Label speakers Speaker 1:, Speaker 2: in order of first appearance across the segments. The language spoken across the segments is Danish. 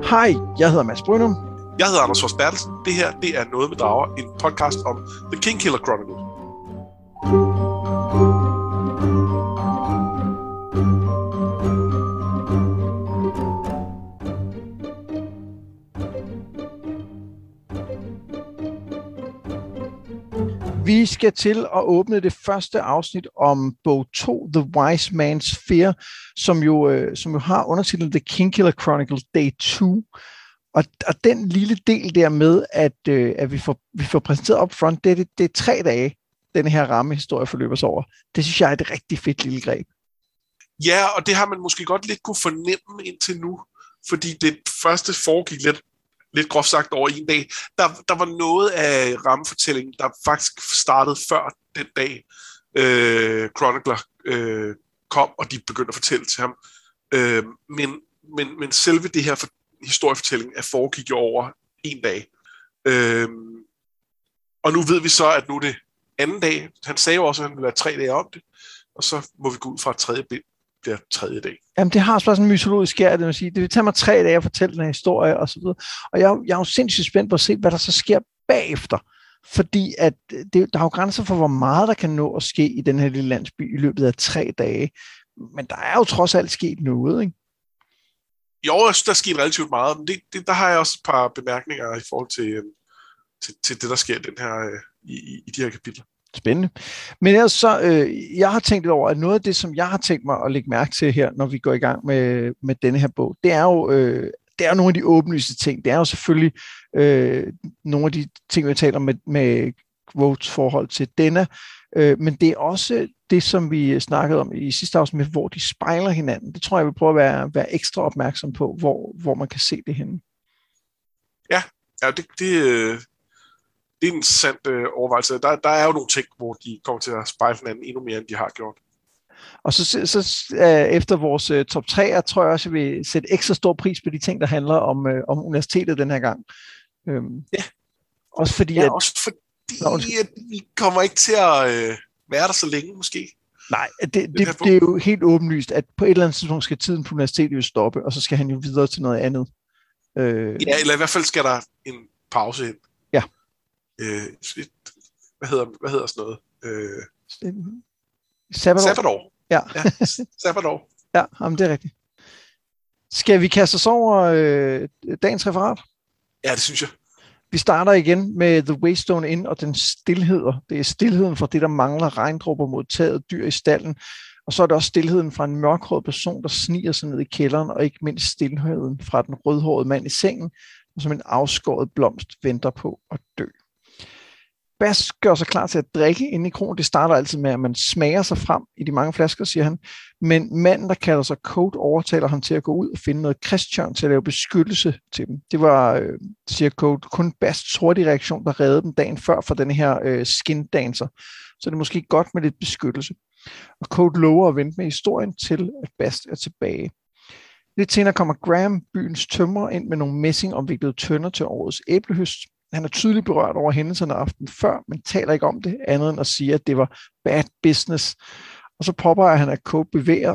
Speaker 1: Hej, jeg hedder Mads Brynum.
Speaker 2: Jeg hedder Anders Fors Bertelsen. Det her, det er Noget med Drager, en podcast om The Kingkiller Chronicles.
Speaker 1: Vi skal til at åbne det første afsnit om bog 2, The Wise Man's Fear, som jo har undertitlen The Kingkiller Chronicles Day 2. Og den lille del der med, at vi får præsenteret up front, det er 3 dage, denne her rammehistorie forløber sig over. Det synes jeg er et rigtig fedt lille greb.
Speaker 2: Ja, og det har man måske godt lidt kunne fornemme indtil nu, fordi det første foregik lidt groft sagt over en dag. Der var noget af rammefortællingen, der faktisk startede før den dag, Chronicler kom, og de begyndte at fortælle til ham. Men selve det her historiefortælling foregik jo over en dag. Og nu ved vi så, at nu er det anden dag. Han sagde jo også, at han ville være 3 dage om det, og så må vi gå ud fra, at tredje bliver 3. dag.
Speaker 1: Jamen, det har også bare sådan en mytologisk skær, det vil sige. Det vil tage mig 3 dage at fortælle den her historie, og så videre. Og jeg er jo sindssygt spændt på at se, hvad der så sker bagefter. Fordi at der er jo grænser for, hvor meget der kan nå at ske i den her lille landsby i løbet af 3 dage. Men der er jo trods alt sket noget, ikke?
Speaker 2: Jo, jeg synes, der er sket relativt meget, men der har jeg også et par bemærkninger i forhold til det, der sker den her, i de her kapitler.
Speaker 1: Spændende. Men ellers så, jeg har tænkt over, at noget af det, som jeg har tænkt mig at lægge mærke til her, når vi går i gang med denne her bog, det er jo nogle af de åbenlyse ting. Det er jo selvfølgelig nogle af de ting, vi taler med Quotes forhold til denne, men det er også det, som vi snakkede om i sidste afsnit, hvor de spejler hinanden. Det tror jeg, vi prøver at være ekstra opmærksom på, hvor man kan se det henne.
Speaker 2: Ja, det er en interessant overvejelse. Der er jo nogle ting, hvor de kommer til at spejle hinanden endnu mere, end de har gjort.
Speaker 1: Og så efter vores top 3, tror jeg også, at vi vil sætte ekstra stor pris på de ting, der handler om universitetet den her gang.
Speaker 2: Ja.
Speaker 1: Også fordi,
Speaker 2: at vi kommer ikke til at være der så længe, måske.
Speaker 1: Nej, det er jo helt åbenlyst, at på et eller andet tidspunkt skal tiden på universitetet jo stoppe, og så skal han jo videre til noget andet.
Speaker 2: Ja, eller i hvert fald skal der en pause ind.
Speaker 1: Ja.
Speaker 2: Hvad hedder sådan noget?
Speaker 1: Sabbatår. Ja.
Speaker 2: Sabbatår.
Speaker 1: Ja, jamen, det er rigtigt. Skal vi kaste os over dagens referat?
Speaker 2: Ja, det synes jeg.
Speaker 1: Vi starter igen med The Waystone Inn og den stilheder. Det er stilheden fra det, der mangler regndråber mod taget, dyr i stallen. Og så er det også stilheden fra en mørkhåret person, der sniger sig ned i kælderen, og ikke mindst stilheden fra den rødhårede mand i sengen, og som en afskåret blomst venter på at dø. Bas gør sig klar til at drikke inde i kronen. Det starter altid med, at man smager sig frem i de mange flasker, siger han. Men manden, der kalder sig Code, overtaler ham til at gå ud og finde noget Christian til at lave beskyttelse til dem. Det var, siger Code, kun Basts hurtige reaktion, der reddede dem dagen før for den her skindancer. Så det er måske godt med lidt beskyttelse. Og Code lover at vente med historien til, at Bast er tilbage. Lidt senere kommer Graham, byens tømrer, ind med nogle messingomviklede tønder til årets æblehøst. Han er tydeligt berørt over hændelserne aften før, men taler ikke om det andet end at sige, at det var bad business. Og så påpeger han, at Code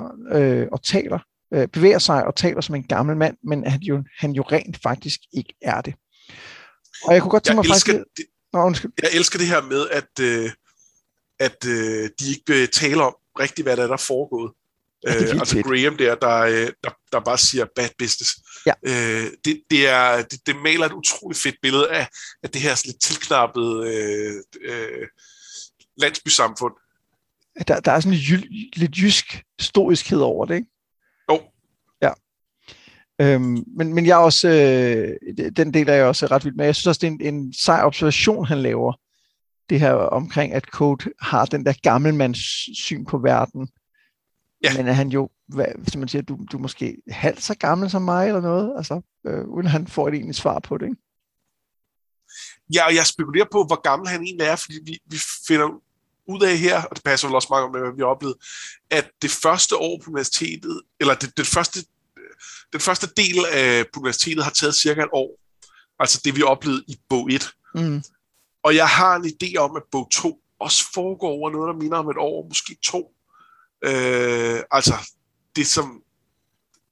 Speaker 1: bevæger sig og taler som en gammel mand, men at han jo rent faktisk ikke er det. Og jeg kunne godt tænke mig faktisk...
Speaker 2: Jeg elsker det her med, at de ikke vil tale om rigtigt, hvad der er foregået. Altså Graham der bare siger bad business.
Speaker 1: Ja.
Speaker 2: Det maler et utroligt fedt billede af det her lidt tilknappede landsbysamfund.
Speaker 1: Der er sådan lidt jysk stoiskhed over det, ikke?
Speaker 2: Jo.
Speaker 1: Ja. Men jeg er også den del er jeg også ret vild med. Jeg synes også, det er en sej observation, han laver. Det her omkring, at Code har den der gammelmands syn på verden. Ja. Men er han jo, som man siger, du er måske halvt så gammel som mig, eller noget, altså, uden han får et egentligt svar på det, ikke?
Speaker 2: Ja, og jeg spekulerer på, hvor gammel han egentlig er, fordi vi finder ud af her, og det passer vel også meget med, hvad vi har oplevet, at det første år på universitetet, eller den første del af på universitetet har taget cirka et år. Altså det, vi oplevede i bog 1. Mm. Og jeg har en idé om, at bog 2 også foregår over noget, der minder om et år, måske 2. Altså, det som...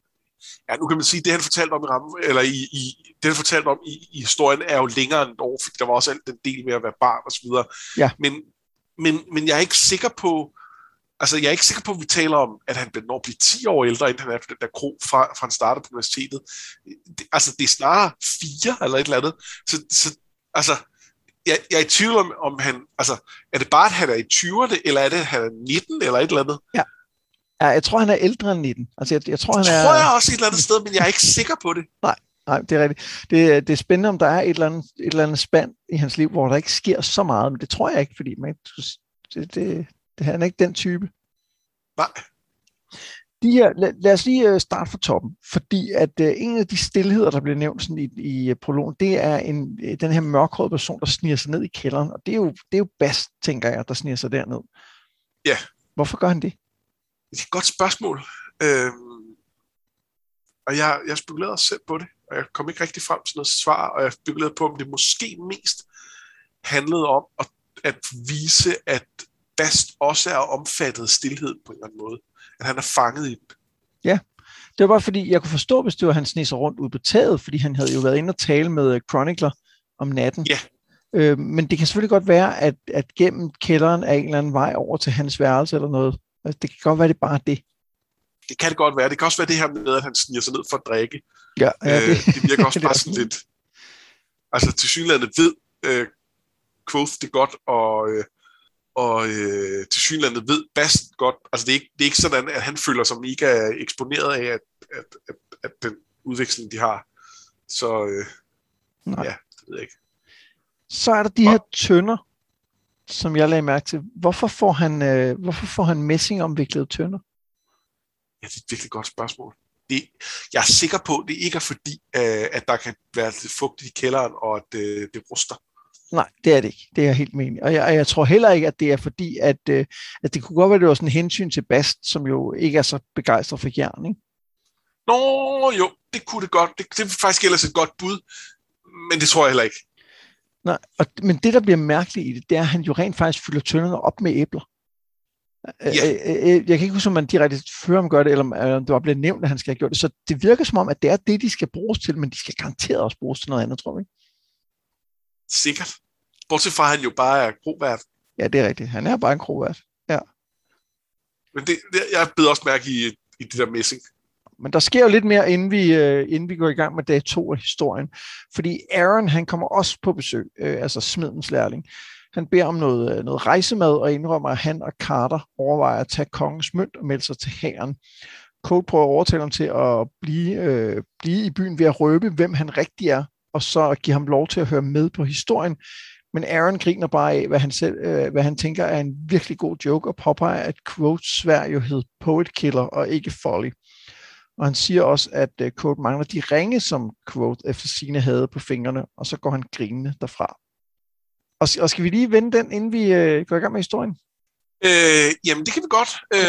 Speaker 2: Ja, nu kan man sige, at det han fortalte om i rammen, eller det han fortalte om i historien, er jo længere end et år, fordi der var også alt den del med at være barn og så videre.
Speaker 1: Ja.
Speaker 2: Men jeg er ikke sikker på, altså jeg er ikke sikker på, at vi taler om, at han når at blive 10 år ældre, inden han er på den der kro, fra han startede på universitetet. Det er snarere 4 eller et eller andet. Så altså, jeg er i tvivl om han, altså, er det bare, at han er i 20'erne, eller er det, at han er 19 eller et eller andet?
Speaker 1: Ja. Ja, jeg tror, han er ældre end 19. Altså, jeg tror, han er...
Speaker 2: tror jeg også et eller andet sted, men jeg er ikke sikker på det.
Speaker 1: Nej, det er rigtigt. Det er spændende, om der er et eller andet spand i hans liv, hvor der ikke sker så meget, men det tror jeg ikke, fordi han er ikke den type.
Speaker 2: Nej.
Speaker 1: Lad os lige starte fra toppen, fordi at en af de stilheder, der bliver nævnt sådan i prologen, det er den her mørkhårede person, der sniger sig ned i kælderen, og det er jo Bast, tænker jeg, der sniger sig derned.
Speaker 2: Ja.
Speaker 1: Hvorfor gør han det?
Speaker 2: Det er et godt spørgsmål. Og jeg spekulerede selv på det, og jeg kom ikke rigtig frem til noget svar, og jeg spekulerede på, om det måske mest handlede om at vise, at Bast også er omfattet af stilhed på en eller anden måde. At han er fanget i den.
Speaker 1: Ja, det var bare fordi, jeg kunne forstå, hvis det var, han sneg sig rundt ude på taget, fordi han havde jo været inde og tale med Chronicler om natten.
Speaker 2: Ja.
Speaker 1: Men det kan selvfølgelig godt være, at gennem kælderen er en eller anden vej over til hans værelse eller noget. Altså, det kan godt være, det er bare det.
Speaker 2: Det kan det godt være. Det kan også være det her med, at han sniger sig ned for at drikke.
Speaker 1: Ja,
Speaker 2: det virker også bare sådan lidt... Altså, tilsyneladende ved Quoth det godt, og tilsyneladende ved Bast godt. Altså, det er ikke sådan, at han føler sig mega eksponeret af, at den udveksling, de har. Så ja, det ved jeg ikke. Så
Speaker 1: er der de her tønder, som jeg lagde mærke til. Hvorfor får han messingomviklede tønder?
Speaker 2: Ja, det er et virkelig godt spørgsmål. Jeg er sikker på, at det ikke er fordi, at der kan være lidt fugtigt i kælderen, og at det ruster.
Speaker 1: Nej, det er det ikke. Det er helt mening. Og jeg tror heller ikke, at det er fordi, at det kunne godt være, at det var sådan en hensyn til Bast, som jo ikke er så begejstret for jern, ikke?
Speaker 2: Nå, jo, det kunne det godt. Det er faktisk ellers et godt bud, men det tror jeg heller ikke.
Speaker 1: Nej, men det, der bliver mærkeligt i det, det er, at han jo rent faktisk fylder tønderne op med æbler. Ja. Jeg kan ikke huske, om man direkte før om gør det, eller om det var blevet nævnt, at han skal have gjort det. Så det virker som om, at det er det, de skal bruges til, men de skal garanteret også bruges til noget andet, tror jeg.
Speaker 2: Sikkert. Bortset fra, at han jo bare er krovært.
Speaker 1: Ja, det er rigtigt. Han er bare en krovært. Ja.
Speaker 2: Men jeg beder også mærke i det der messing.
Speaker 1: Men der sker jo lidt mere, inden vi går i gang med dag 2 af historien. Fordi Aaron, han kommer også på besøg, altså smedens lærling. Han beder om noget rejsemad og indrømmer, at han og Carter overvejer at tage kongens mønt og melde sig til hæren. Code prøver at overtale ham til at blive i byen ved at røbe, hvem han rigtig er, og så give ham lov til at høre med på historien. Men Aaron griner bare af, hvad han tænker er en virkelig god joke, og påpeger, at Quotes svær jo hed Poet Killer og ikke Folly. Og han siger også, at Quote mangler de ringe, som Quote efter sine havde på fingrene, og så går han grinende derfra. Og skal vi lige vende den, inden vi går i gang med historien?
Speaker 2: Jamen, det kan vi godt.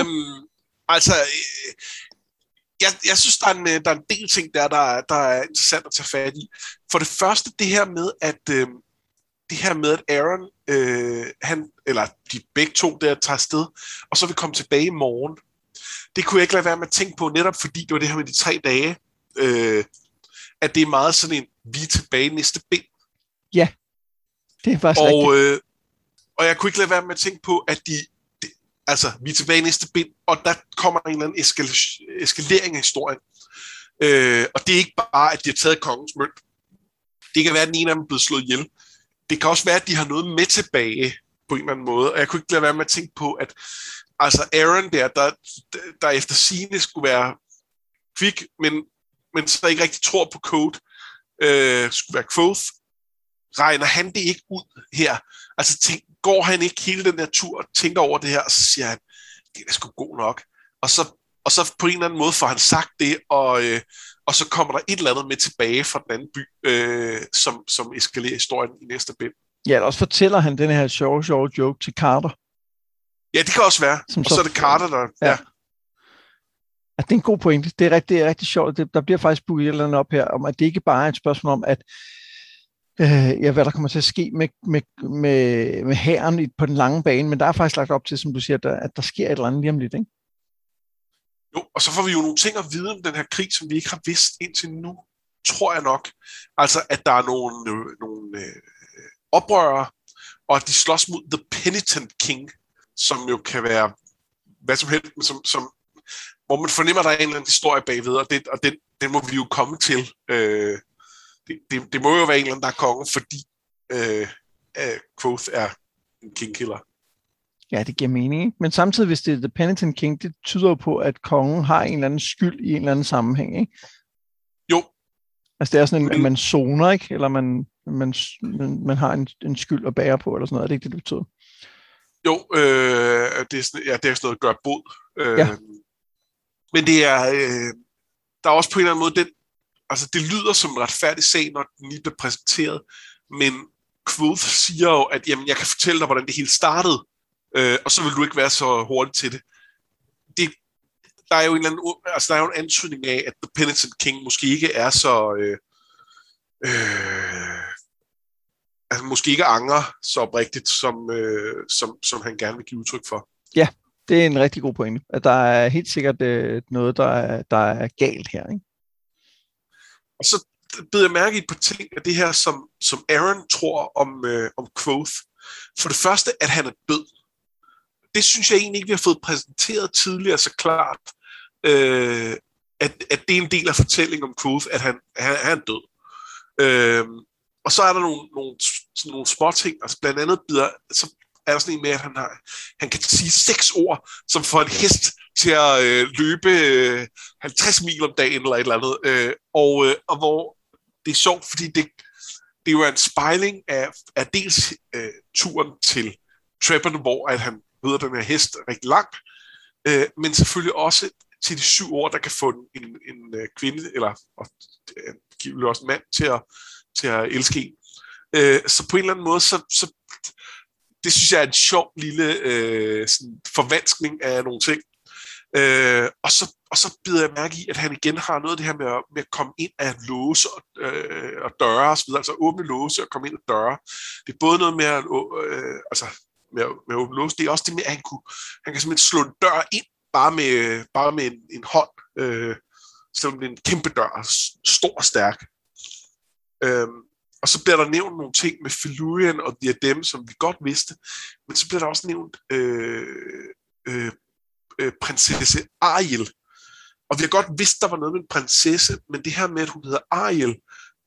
Speaker 2: Jeg synes, der er en del ting der er interessant at tage fat i. For det første, det her med, at Aaron, eller de begge to der tager afsted, og så vil komme tilbage i morgen. Det kunne jeg ikke lade være med at tænke på, netop fordi det var det her med de 3 dage, at det er meget sådan en, vi er tilbage næste bind.
Speaker 1: Ja, det er faktisk rigtigt.
Speaker 2: Og jeg kunne ikke lade være med at tænke på, at vi er tilbage næste bind, og der kommer en eller anden eskalering af historien. Og det er ikke bare, at de har taget kongens mønt. Det kan være, at den ene af dem er blevet slået ihjel. Det kan også være, at de har noget med tilbage på en eller anden måde. Og jeg kunne ikke lade være med at tænke på, at Aaron der efter sigende skulle være kvik, men så ikke rigtig tror på Code, skulle være Quoth. Regner han det ikke ud her? Altså går han ikke hele den der tur og tænker over det her, og så siger han, det er sgu god nok. Og så på en eller anden måde får han sagt det, og så kommer der et eller andet med tilbage fra den anden by, som eskalerer historien i næste bind.
Speaker 1: Ja, og også fortæller han den her sjove joke til Carter.
Speaker 2: Ja, det kan også være. Og så er det Carter, der... Ja.
Speaker 1: Ja, det er en god pointe. Det er rigtig sjovt. Der bliver faktisk bygget et eller andet op her, om at det ikke bare er et spørgsmål om, at hvad der kommer til at ske med hæren på den lange bane, men der er faktisk lagt op til, som du siger, at der sker et eller andet lige om lidt, ikke?
Speaker 2: Jo, og så får vi jo nogle ting at vide om den her krig, som vi ikke har vidst indtil nu, tror jeg nok. Altså, at der er nogle oprørere, og at de slås mod The Penitent King, som jo kan være hvad som helst, men hvor man fornemmer, at der er en eller anden historie bagved, og den må vi jo komme til. Det må jo være en eller anden, der er konge, fordi Kvothe er en kingkiller.
Speaker 1: Ja, det giver mening, ikke? Men samtidig, hvis det er The Penitent King, det tyder jo på, at kongen har en eller anden skyld i en eller anden sammenhæng, ikke?
Speaker 2: Jo.
Speaker 1: Altså det er sådan, at man zoner, ikke? Eller man har en skyld at bære på, eller sådan noget. Er det ikke det, det betyder?
Speaker 2: Jo, det er sådan noget at gøre bod.
Speaker 1: Ja.
Speaker 2: Men det er, der er også på en eller anden måde altså det lyder som en retfærdig sag, når den lige bliver præsenteret, men Kvothe siger jo, at jamen, jeg kan fortælle dig, hvordan det hele startede, og så vil du ikke være så hurtig til det. Der er jo en antydning af, at The Penitent King måske ikke er så altså måske ikke angrer så oprigtigt, som han gerne vil give udtryk for.
Speaker 1: Ja, det er en rigtig god pointe. At der er helt sikkert noget, der er galt her, ikke?
Speaker 2: Og så bed jeg mærke i et par ting af det her, som Aaron tror om Kvothe. For det første, at han er død. Det synes jeg egentlig ikke, vi har fået præsenteret tidligere så klart, at det er en del af fortællingen om Kvothe, at han er død. Og så er der nogle små ting, altså blandt andet så er der sådan en med, at han kan sige 6 ord, som får en hest til at løbe 50 mil om dagen eller et eller andet. Og hvor det er sjovt, fordi det jo er en spejling af dels turen til Trebberne, hvor at han møder den her hest rigtig langt, men selvfølgelig også til de 7 år, der kan få en kvinde, eller givetvis også en mand, til at elske en. Så på en eller anden måde, så det synes jeg er en sjov lille sådan forvanskning af nogle ting. Og så bider jeg mærke i, at han igen har noget af det her med at komme ind af låse og døre og så videre, altså åbne låse og komme ind af døre. Det er både noget med at med åbne låse, det er også det med, at han kan simpelthen slå en dør ind bare med en hånd, selvom det er en kæmpe dør, stor og stærk. Og så bliver der nævnt nogle ting med Felurian og Diadem, som vi godt vidste, men så bliver der også nævnt prinsesse Ariel. Og vi har godt vidst, der var noget med en prinsesse, men det her med, at hun hedder Ariel,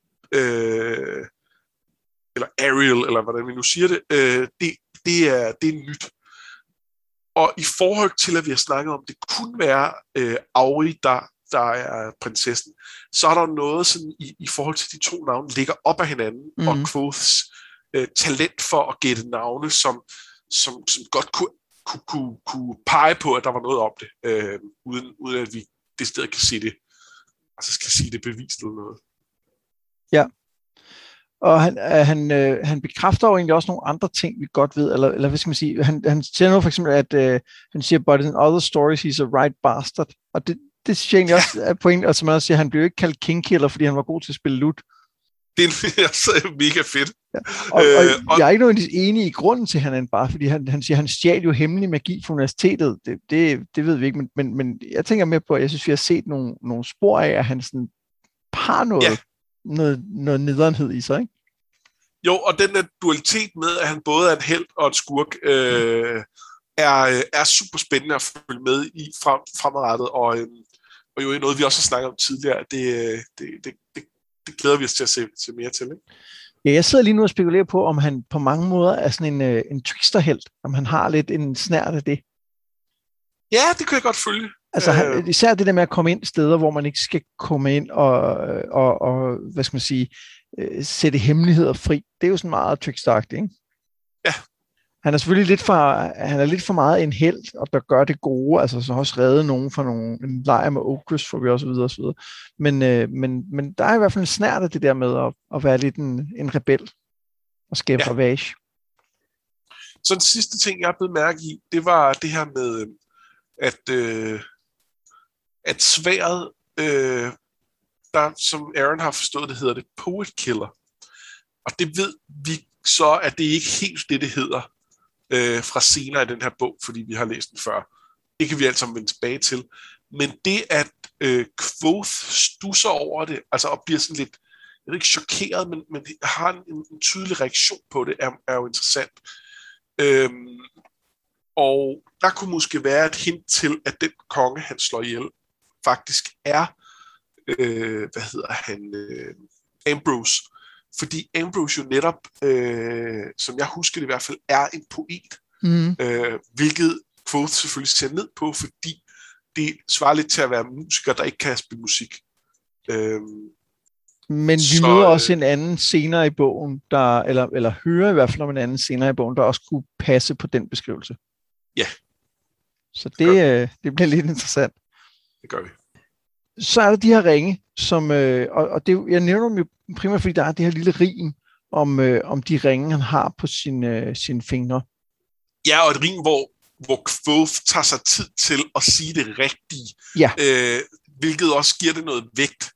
Speaker 2: eller Ariel, eller hvordan vi nu siger det, det er nyt. Og i forhold til, at vi har snakket om, det kunne være Auri, der er prinsessen, så er der noget sådan i forhold til de 2 navne, ligger op af hinanden, og Kvothes talent for at gætte navne, som godt kunne pege på, at der var noget om det, uden at vi decideret kan se det, altså skal sige det bevist eller noget.
Speaker 1: Ja. Og han bekræfter jo egentlig også nogle andre ting, vi godt ved, eller hvad skal man sige, han siger nu for eksempel, at han siger, but in other stories, he's a right bastard, og det synes jeg egentlig også er point, og som man også siger, han blev ikke kaldt kingkiller, fordi han var god til at spille lut.
Speaker 2: Det er så mega fedt.
Speaker 1: Ja. Og jeg er ikke nødvendigvis enig i grunden til, at han er en bare, fordi han siger, at han stjal jo hemmelig magi fra universitetet. Det ved vi ikke, men jeg tænker mere på, at jeg synes, vi har set nogle spor af, at han sådan har noget nederenhed i sig, ikke?
Speaker 2: Jo, og den der dualitet med, at han både er en helt og en skurk, er super spændende at følge med i fremadrettet, og jo noget, vi også har snakket om tidligere, det glæder vi os til at se mere til, ikke?
Speaker 1: Ja, jeg sidder lige nu og spekulerer på, om han på mange måder er sådan en tricksterhelt, om han har lidt en snært af det.
Speaker 2: Ja, det kan jeg godt følge.
Speaker 1: Altså især det der med at komme ind steder, hvor man ikke skal komme ind og hvad skal man sige, sætte hemmeligheder fri. Det er jo sådan meget tricksteragtigt, ikke?
Speaker 2: Ja.
Speaker 1: Han er selvfølgelig lidt for meget en helt, og der gør det gode, altså så også redde nogen fra en lejr med Ogres, får vi også videre og så videre. Men der er i hvert fald en snært af det der med at være lidt en rebel og skabe ravage.
Speaker 2: Så den sidste ting, jeg blev mærke i, det var det her med, at sværdet, der, som Aaron har forstået, det hedder det Poet Killer. Og det ved vi så, at det ikke helt det hedder fra senere i den her bog, fordi vi har læst den før. Det kan vi altså vende tilbage til. Men det, at Kvothe stusser over det, altså og bliver sådan lidt, jeg ved ikke chokeret, men har en tydelig reaktion på det, er jo interessant. Og der kunne måske være et hint til, at den konge, han slår ihjel, faktisk er, Ambrose. Fordi Ambrose jo netop, som jeg husker det i hvert fald, er en poet. Hvilket Kvothe selvfølgelig ser ned på, fordi det svarer lidt til at være musiker, der ikke kan spille musik.
Speaker 1: Men vi møder også en anden senere i bogen, eller hører i hvert fald om en anden senere i bogen, der også kunne passe på den beskrivelse.
Speaker 2: Ja.
Speaker 1: Så det bliver lidt interessant.
Speaker 2: Det gør vi.
Speaker 1: Så er der de her ringe, som, og det, jeg nævner dem jo primært, fordi der er det her lille rim om de ringe, han har på sine fingre. Ja,
Speaker 2: og et rim, hvor Kvothe tager sig tid til at sige det rigtige, hvilket også giver det noget vægt.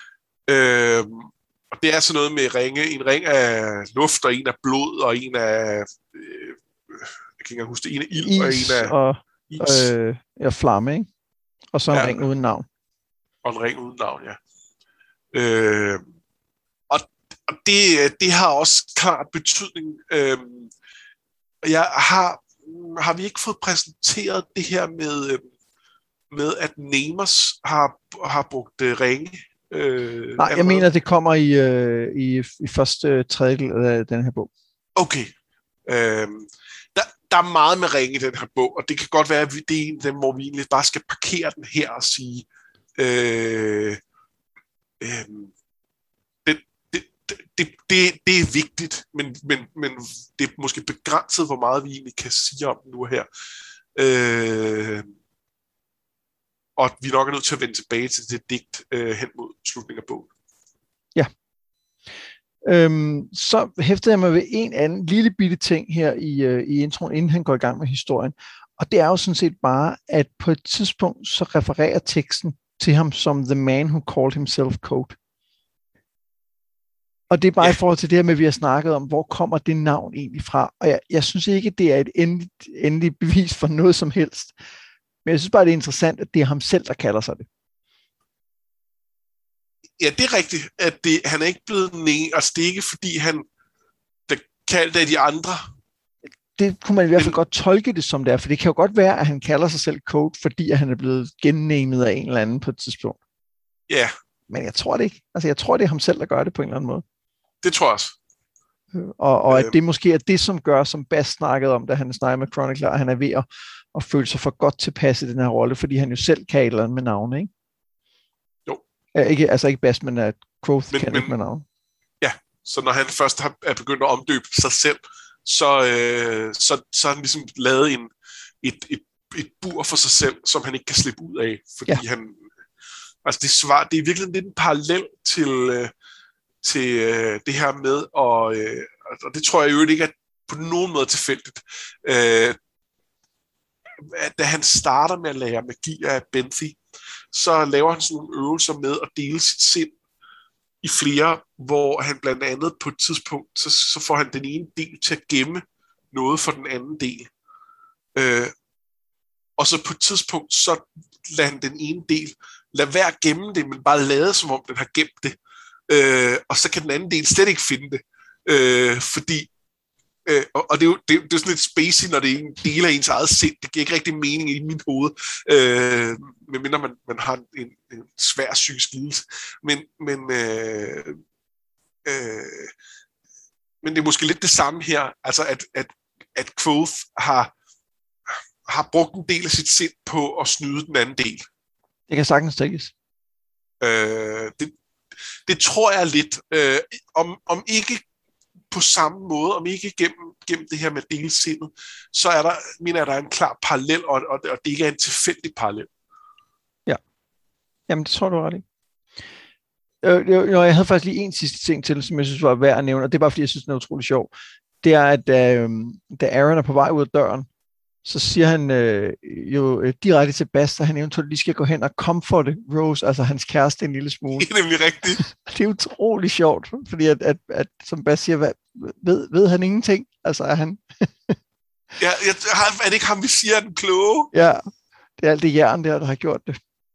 Speaker 2: Og det er sådan noget med ringe. En ring af luft, og en af blod, og en af jeg kan ikke huske det, en af ild,
Speaker 1: is,
Speaker 2: og en af
Speaker 1: is. Flamme, ikke? Og så en ring uden navn.
Speaker 2: Og en ring uden navn, ja. Og det har også klart betydning. Har vi ikke fået præsenteret det her med at Nemours har brugt ringe?
Speaker 1: Nej, jeg mener, det kommer i første tredjedel af den her bog.
Speaker 2: Okay. Der er meget med ringe i den her bog, og det kan godt være, at det er en af dem, hvor vi egentlig bare skal parkere den her og sige, det er vigtigt, men det er måske begrænset, hvor meget vi egentlig kan sige om den nu her. Og vi nok er nødt til at vende tilbage til det digt hen mod slutningen af bogen.
Speaker 1: Ja. Så hæftede jeg mig ved en anden lille bitte ting her i introen, inden han går i gang med historien. Og det er jo sådan set bare, at på et tidspunkt, så refererer teksten til ham som the man who called himself Code. Og det er bare i forhold til det her med, at vi har snakket om, hvor kommer det navn egentlig fra. Og jeg synes ikke, det er et endeligt bevis for noget som helst. Men jeg synes bare, det er interessant, at det er ham selv, der kalder sig det.
Speaker 2: Ja, det er rigtigt, at han er ikke blevet altså det er ikke, fordi han der kaldte af de andre.
Speaker 1: Det kunne man i hvert fald godt tolke det som det er, for det kan jo godt være, at han kalder sig selv Code, fordi at han er blevet gennamet af en eller anden på et tidspunkt.
Speaker 2: Ja.
Speaker 1: Men jeg tror det ikke. Altså, jeg tror, det er ham selv, der gør det på en eller anden måde.
Speaker 2: Det tror jeg også.
Speaker 1: Og at det måske er det, som gør, som Bas snakkede om, da han snakkede med Chronicler, at han er ved at føle sig for godt tilpas i den her rolle, fordi han jo selv kan et eller andet med navne, ikke?
Speaker 2: Jo.
Speaker 1: Ikke Bas, men at Kvothe kan det med navne.
Speaker 2: Ja, så når han først er begyndt at omdøbe sig selv, så har han ligesom lavet et bur for sig selv, som han ikke kan slippe ud af, fordi han... Altså det er virkelig lidt en parallel til det her med, og det tror jeg jo ikke er på nogen måde tilfældigt. Da han starter med at lære magi af Benthi, så laver han sådan nogle øvelser med at dele sit sind i flere, hvor han blandt andet på et tidspunkt, så får han den ene del til at gemme noget for den anden del. Og så på et tidspunkt, så lader han den ene del lade være at gemme det, men bare lade som om den har gemt det. Og så kan den anden del slet ikke finde det. Fordi og det er jo sådan lidt spacey, når det er en del af ens eget sind. Det giver ikke rigtig mening i mit hoved, medmindre man har en svær psykisk lidelse. Men det er måske lidt det samme her, altså at Kvothe har brugt en del af sit sind på at snyde den anden del.
Speaker 1: Det kan sagtens tænkes.
Speaker 2: Det tror jeg lidt. Om ikke på samme måde, om ikke gennem det her med delsindet, så mener jeg, der er en klar parallel, og det ikke er en tilfældig parallel.
Speaker 1: Ja. Jamen, det tror du ret i. Jeg havde faktisk lige en sidste ting til, som jeg synes var værd at nævne, og det er bare fordi, jeg synes, den er utrolig sjov. Det er, at da Aaron er på vej ud af døren, så siger han jo direkte til Bas, at han eventuelt lige skal gå hen og comforte Rose, altså hans kæreste, en lille smule.
Speaker 2: Det er nemlig rigtigt.
Speaker 1: Det er utrolig sjovt, fordi at som Bas siger, ved han ingenting? Altså er han...
Speaker 2: Ja, er det ikke ham, vi siger, den kloge?
Speaker 1: Ja, det er alt det jern der har gjort det.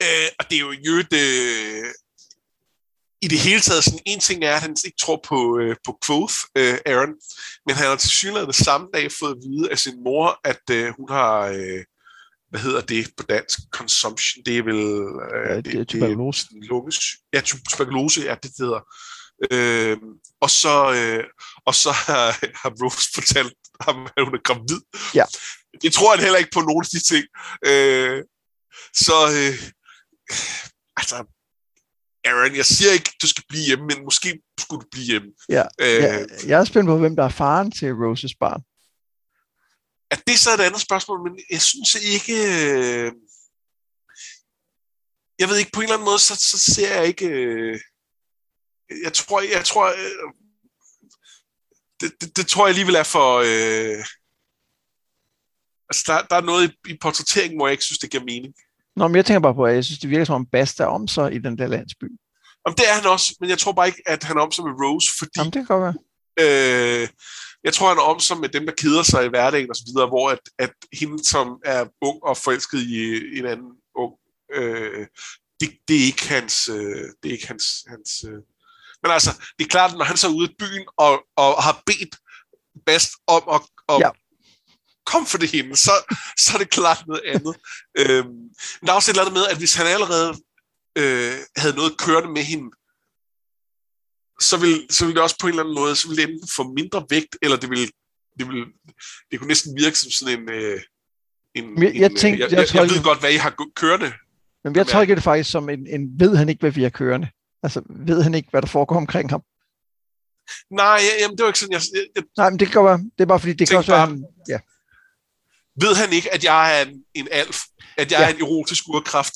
Speaker 2: Og det er jo i det hele taget sådan, en ting er, at han ikke tror på Quoth, Aaron, men han har til synligheden samme dag fået at vide af sin mor, at hun har, hvad hedder det på dansk, consumption, det er vel
Speaker 1: det er tuberkulose.
Speaker 2: Ja, tuberkulose, ja, det hedder. Og så har Rose fortalt ham, at hun er gravid.
Speaker 1: Ja.
Speaker 2: Det tror han heller ikke på nogen af de ting. Altså, Aaron, jeg siger ikke, du skal blive hjemme, men måske skulle du blive hjemme.
Speaker 1: Ja. Jeg er spændt på, hvem der er faren til Roses barn.
Speaker 2: At det er så et andet spørgsmål, men jeg synes ikke... Jeg ved ikke, på en eller anden måde, så ser jeg ikke... Jeg tror... Det tror jeg alligevel er for... Altså, der er noget i portrætteringen, hvor jeg ikke synes, det giver mening.
Speaker 1: Nå, men jeg tænker bare på, at jeg synes, det virker som om Bast er om sig i den der landsby.
Speaker 2: Jamen, det er han også, men jeg tror bare ikke, at han er om sig med Rose, fordi...
Speaker 1: Jamen, det kan godt være.
Speaker 2: Jeg tror, han er om sig med dem, der keder sig i hverdagen og så videre, hvor at hende, som er ung og forelsket i en anden ung, det er ikke hans... det er ikke hans Men altså, det er klart, når han så er ude i byen og har bedt Bast om at comforte hende, så er det klart noget andet. Men der er også et eller andet med, at hvis han allerede havde noget kørende med hende, så ville det også på en eller anden måde, så ville det enten få mindre vægt, eller det kunne næsten virke som sådan jeg ved godt, hvad I har kørende.
Speaker 1: Men jeg tolker det faktisk som ved han ikke, hvad vi har kørende? Altså, ved han ikke, hvad der foregår omkring ham?
Speaker 2: Nej, jamen, det var ikke sådan,
Speaker 1: nej, men det kan godt være. Det er bare fordi, det kan også være, ja.
Speaker 2: Ved han ikke, at jeg er en alf? At jeg er en erotisk urkraft,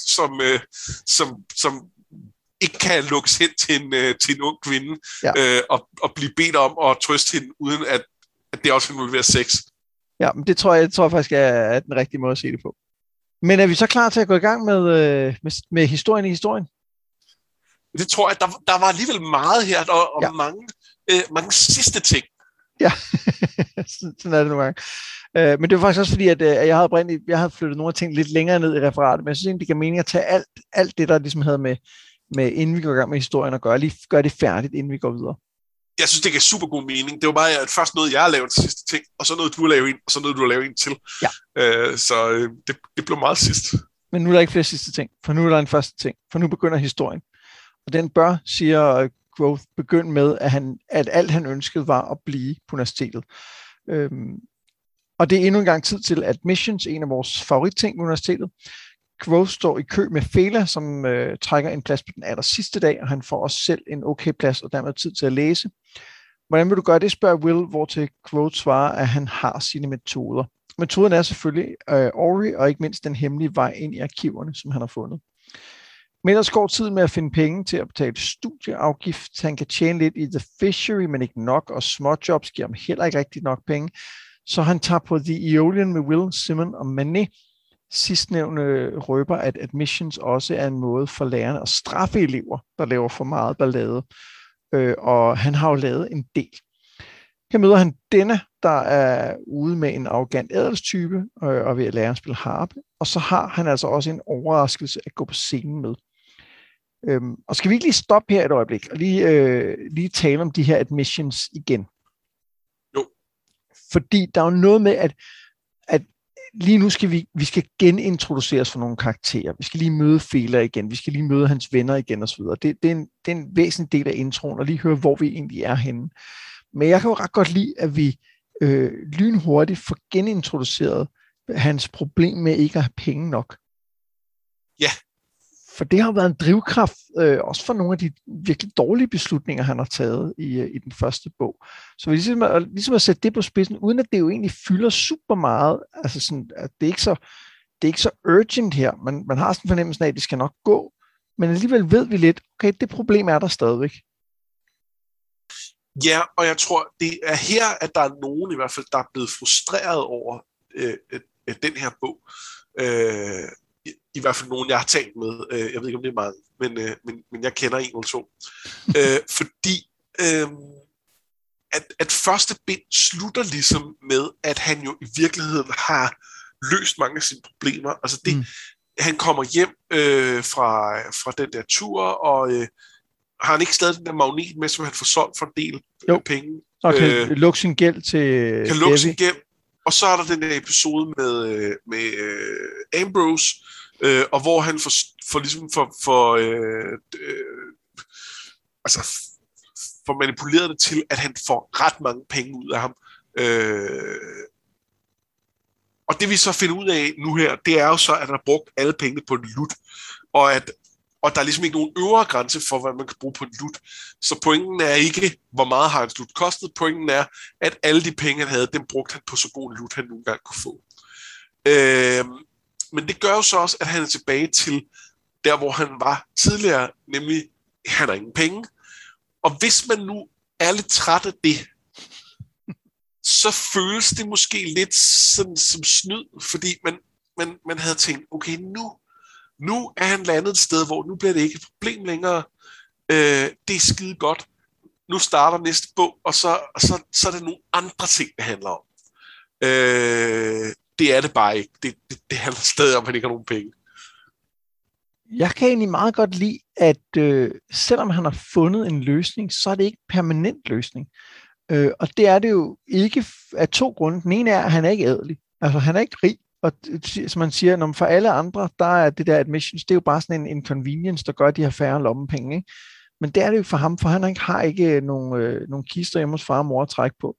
Speaker 2: som ikke kan lukkes hen til en ung kvinde, og blive bedt om at trøste hende, uden at det også involverer sex? Ja,
Speaker 1: men det tror jeg faktisk er den rigtige måde at se det på. Men er vi så klar til at gå i gang med historien i historien?
Speaker 2: Det tror jeg, der var alligevel meget her, og mange sidste ting.
Speaker 1: Ja, sådan er det nogle gange. Men det var faktisk også fordi, at jeg havde flyttet nogle af ting lidt længere ned i referatet, men jeg synes egentlig, det giver mening at tage alt det, der ligesom havde med inden vi går i gang med historien at gøre, lige gøre det færdigt, inden vi går videre.
Speaker 2: Jeg synes, det giver super god mening. Det var bare først noget, jeg har lavet til sidste ting, og så noget, du har lavet ind, og så noget, du har lavet ind til.
Speaker 1: Ja.
Speaker 2: Så det blev meget sidst.
Speaker 1: Men nu er der ikke flere sidste ting, for nu er der en første ting, for nu begynder historien. Og den bør, siger Quoth, begynde med, at alt han ønskede var at blive på universitetet. Og det er endnu en gang tid til admissions, en af vores favoritting på universitetet. Quoth står i kø med Fela, som trækker en plads på den aller sidste dag, og han får også selv en okay plads, og dermed tid til at læse. Hvordan vil du gøre det, spørger Will, hvor til Quoth svarer, at han har sine metoder. Metoden er selvfølgelig Ori, og ikke mindst den hemmelige vej ind i arkiverne, som han har fundet. Men ellers går tiden med at finde penge til at betale studieafgift. Han kan tjene lidt i The Fishery, men ikke nok, og småjobs giver ham heller ikke rigtig nok penge. Så han tager på The Aeolian med Will, Simon og Manet. Sidstnævnte røber, at admissions også er en måde for lærerne at straffe elever, der laver for meget ballade. Og han har jo lavet en del. Her møder han denne, der er ude med en arrogant adelstype og ved at lære at spille harpe. Og så har han altså også en overraskelse at gå på scenen med. Og skal vi ikke lige stoppe her et øjeblik og lige tale om de her admissions igen?
Speaker 2: Jo.
Speaker 1: Fordi der er jo noget med, at lige nu skal vi skal genintroduceres for nogle karakterer. Vi skal lige møde Fela igen. Vi skal lige møde hans venner igen osv. Det er en væsentlig del af introen, og lige høre, hvor vi egentlig er henne. Men jeg kan jo ret godt lide, at vi lynhurtigt får genintroduceret hans problem med ikke at have penge nok.
Speaker 2: Ja.
Speaker 1: For det har været en drivkraft, også for nogle af de virkelig dårlige beslutninger, han har taget i den første bog. Så vi ligesom at sætte det på spidsen, uden at det jo egentlig fylder super meget. Altså sådan, at det er ikke så urgent her. Man har sådan en fornemmelse af, at det skal nok gå. Men alligevel ved vi lidt, okay, det problem er der stadigvæk.
Speaker 2: Ja, og jeg tror, det er her, at der er nogen i hvert fald, der er blevet frustreret over den her bog. I hvert fald nogen, jeg har talt med. Jeg ved ikke, om det er mange, men jeg kender en eller to. Fordi at første bind slutter ligesom med, at han jo i virkeligheden har løst mange af sine problemer. Altså han kommer hjem fra den der tur, og har han ikke stadig den der magnet med, som han får solgt for en del penge?
Speaker 1: Og kan lukke sin gæld til
Speaker 2: kan lukke sin gæld. Og så er der den der episode med Ambrose, og hvor han får manipuleret det til, at han får ret mange penge ud af ham. Og det vi så finder ud af nu her, det er jo så, at han har brugt alle pengene på en lut, og der er ligesom ikke nogen øvre grænse for, hvad man kan bruge på en lut. Så pointen er ikke, hvor meget har en lut kostet. Pointen er, at alle de penge, han havde, dem brugte han på så god en lut, han nogle gange kunne få. Men det gør jo så også, at han er tilbage til der, hvor han var tidligere, nemlig, han har ingen penge. Og hvis man nu er lidt træt af det, så føles det måske lidt sådan, som snyd, fordi man havde tænkt, okay, nu er han landet et sted, hvor nu bliver det ikke et problem længere. Det er skide godt. Nu starter næste bog, og så er det nogle andre ting, det handler om. Det er det bare ikke. Det handler stadig om, at han ikke har nogen penge.
Speaker 1: Jeg kan egentlig meget godt lide, at selvom han har fundet en løsning, så er det ikke en permanent løsning. Og det er det jo ikke af to grunde. Den ene er, at han er ikke ædelig. Altså, han er ikke rig. Og som man siger, når for alle andre, der er det der admissions, det er jo bare sådan en convenience, der gør, at de har færre lommepenge. Ikke? Men det er det jo for ham, for han har ikke nogen kister hjemme hos far og mor at trække på.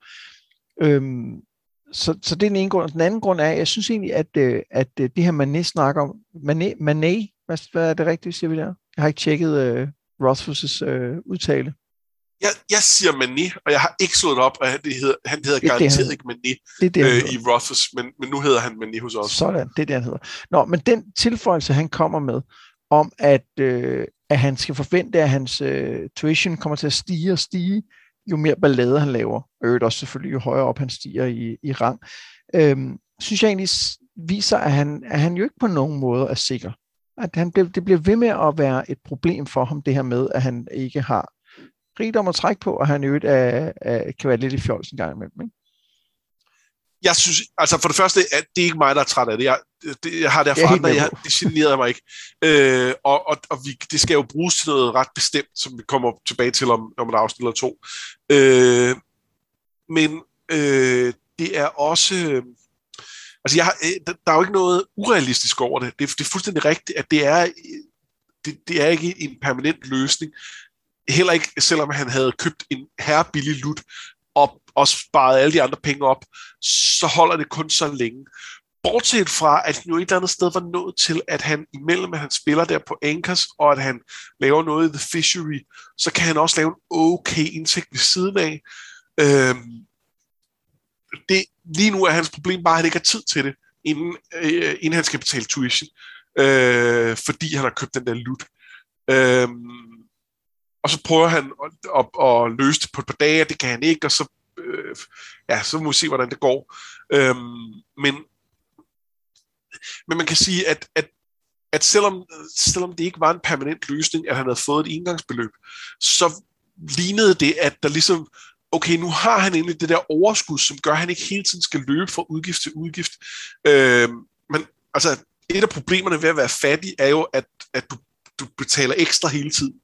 Speaker 1: Så det er den ene grund. Den anden grund er, jeg synes egentlig, at det her Manet snakker om, Manet, hvad er det rigtige, siger vi der? Jeg har ikke tjekket Rothfuss' udtale.
Speaker 2: Jeg siger Manet, og jeg har ikke slået op, og han hedder garanteret ikke Manet i Rothfuss, men nu hedder han Manet hos os.
Speaker 1: Sådan, det er det, han hedder. Nå, men den tilføjelse, han kommer med, om at han skal forvente, at hans tuition kommer til at stige, jo mere ballade han laver, og også selvfølgelig, jo højere op han stiger i rang, synes jeg egentlig viser, at han jo ikke på nogen måde er sikker. At det bliver ved med at være et problem for ham, det her med, at han ikke har rigdom at trække på, og han jo kan være lidt i fjols en gang imellem. Ikke?
Speaker 2: Jeg synes, altså for det første, at det er ikke mig, der er træt af det. Jeg har det erfaret, det generer mig ikke. Det skal jo bruges til noget ret bestemt, som vi kommer tilbage til om et afsnit eller to. Men det er også... Altså der er jo ikke noget urealistisk over det. Det er fuldstændig rigtigt, at det er ikke en permanent løsning. Heller ikke, selvom han havde købt en herrebillig lut og sparet alle de andre penge op, så holder det kun så længe. Bortset fra, at han jo et eller andet sted var nået til, at han imellem, at han spiller der på Anchors, og at han laver noget i The Fishery, så kan han også lave en okay indtægt ved siden af. Lige nu er hans problem bare, at han ikke har tid til det, inden han skal betale tuition, fordi han har købt den der lut. Og så prøver han at løse det på et par dage, og det kan han ikke, og så så må vi se, hvordan det går. Men man kan sige, at selvom det ikke var en permanent løsning, at han havde fået et engangsbeløb, så lignede det, at der ligesom, okay, nu har han egentlig det der overskud, som gør, at han ikke hele tiden skal løbe fra udgift til udgift. Men altså, et af problemerne ved at være fattig, er jo, at du betaler ekstra hele tiden.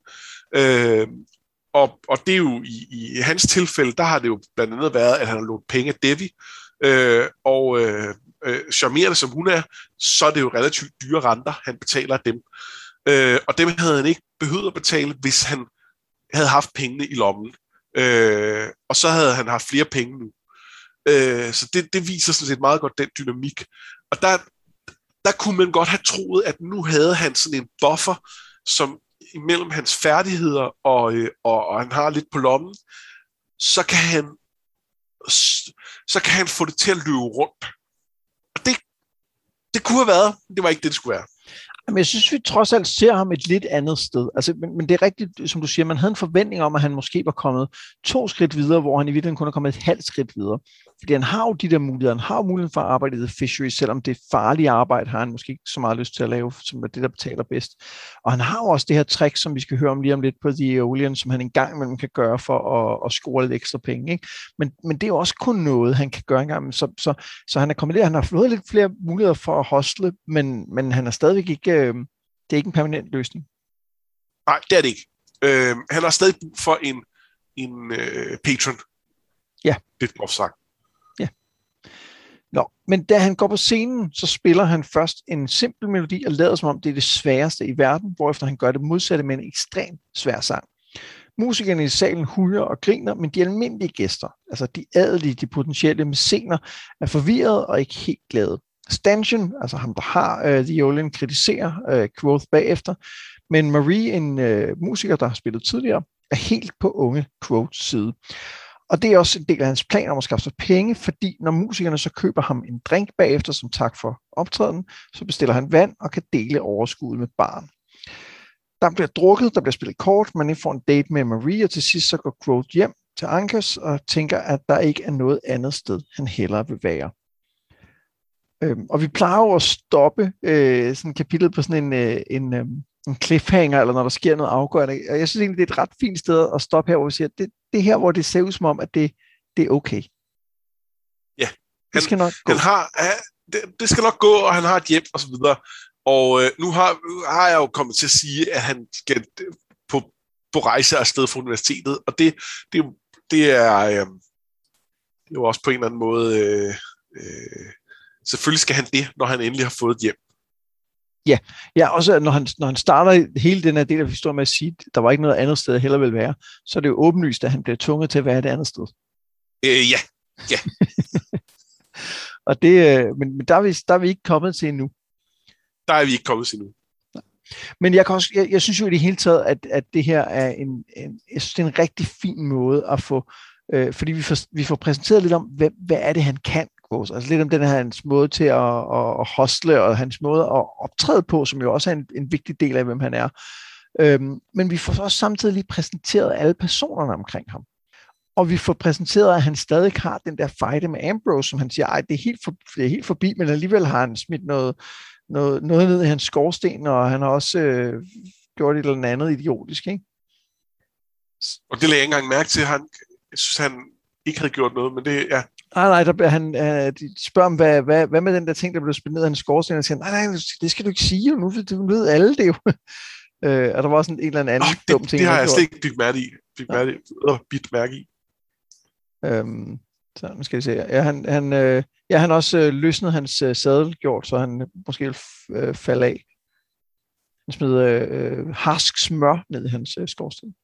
Speaker 2: Og det er jo i hans tilfælde, der har det jo blandt andet været, at han har lånt penge af Devi, og charmerende som hun er, så er det jo relativt dyre renter, han betaler af dem. Og dem havde han ikke behøvet at betale, hvis han havde haft pengene i lommen. Og så havde han haft flere penge nu. Så det viser sådan set meget godt den dynamik. Og der kunne man godt have troet, at nu havde han sådan en buffer, som imellem hans færdigheder, og han har lidt på lommen, så kan han få det til at løbe rundt. Og det kunne have været, det var ikke det skulle være.
Speaker 1: Men jeg synes, vi trods alt ser ham et lidt andet sted. Altså, men det er rigtigt, som du siger, man havde en forventning om, at han måske var kommet 2 skridt videre, hvor han i virkeligheden kun er kommet et halvt skridt videre. Fordi han har jo de der muligheder. Han har jo muligheden for at arbejde i The Fishery, selvom det farlige arbejde har han måske ikke så meget lyst til at lave, som er det, der betaler bedst. Og han har jo også det her trick, som vi skal høre om lige om lidt på The Aeolian, som han engang imellem kan gøre for at score lidt ekstra penge. Ikke? Men det er jo også kun noget, han kan gøre engang. Så han er kommet der. Han har fået lidt flere muligheder for at hostle, men han er stadigvæk ikke... det er ikke en permanent løsning.
Speaker 2: Nej, det er det ikke. Han har stadig brug for en patron.
Speaker 1: Ja.
Speaker 2: Det er groft sagt.
Speaker 1: Ja. Nå, men da han går på scenen, så spiller han først en simpel melodi og lader som om det er det sværeste i verden, hvorefter han gør det modsatte med en ekstremt svær sang. Musikerne i salen hujer og griner, men de almindelige gæster, altså de adelige, de potentielle mæscener, er forvirrede og ikke helt glade. Stanchion, altså ham, der har The Aeolian, kritiserer Quoth bagefter, men Marie, en musiker, der har spillet tidligere, er helt på unge Quoths side. Og det er også en del af hans plan om at skaffe sig penge, fordi når musikerne så køber ham en drink bagefter som tak for optræden, så bestiller han vand og kan dele overskuddet med barn. Der bliver drukket, der bliver spillet kort, man får en date med Marie, og til sidst så går Quoth hjem til Ankers og tænker, at der ikke er noget andet sted, han hellere vil være. Og vi plejer jo at stoppe sådan et kapitel på sådan en cliffhanger, eller når der sker noget afgørende. Og jeg synes egentlig, det er et ret fint sted at stoppe her, hvor vi siger, det er her, hvor det ser ud som om, at det er okay.
Speaker 2: Ja.
Speaker 1: Det skal nok gå.
Speaker 2: Det skal nok gå, og han har et hjem, og så videre. Og nu har jeg jo kommet til at sige, at han skal på rejse afsted fra universitetet, og det er jo også på en eller anden måde... selvfølgelig skal han det, når han endelig har fået et hjem.
Speaker 1: Ja, også når han starter hele den her del af historien med at sige, at der var ikke noget andet sted, jeg hellere ville være, så er det jo åbenlyst, at han bliver tvunget til at være et andet sted.
Speaker 2: Ja.
Speaker 1: Og det, men der er vi ikke kommet til endnu.
Speaker 2: Der er vi ikke kommet til endnu.
Speaker 1: Men jeg synes jo i det hele taget, at det her er jeg synes, det er en rigtig fin måde at få, fordi vi får præsenteret lidt om, hvad er det, han kan. Altså lidt om den her hans måde til at hostle, og hans måde at optræde på, som jo også er en vigtig del af, hvem han er. Men vi får også samtidig lige præsenteret alle personerne omkring ham. Og vi får præsenteret, at han stadig har den der fight med Ambrose, som han siger, det er helt forbi, men alligevel har han smidt noget ned i hans skorsten, og han har også gjort et eller andet idiotisk, ikke?
Speaker 2: Og det lagde jeg ikke engang mærke til. Jeg synes, han ikke havde gjort noget, men det, ja.
Speaker 1: Nej, de spørger om, hvad med den der ting, der blev spillet ned af hans skorsten, og siger, nej, det skal du ikke sige, nu ved alle det jo. Og der var sådan en eller anden dum ting.
Speaker 2: Det har jeg slet ikke bidt mærke i.
Speaker 1: Så nu skal vi se. Ja, han også løsnede hans sadelgjort, så han måske vil falde af. Han smed harsk smør ned i hans skorsten.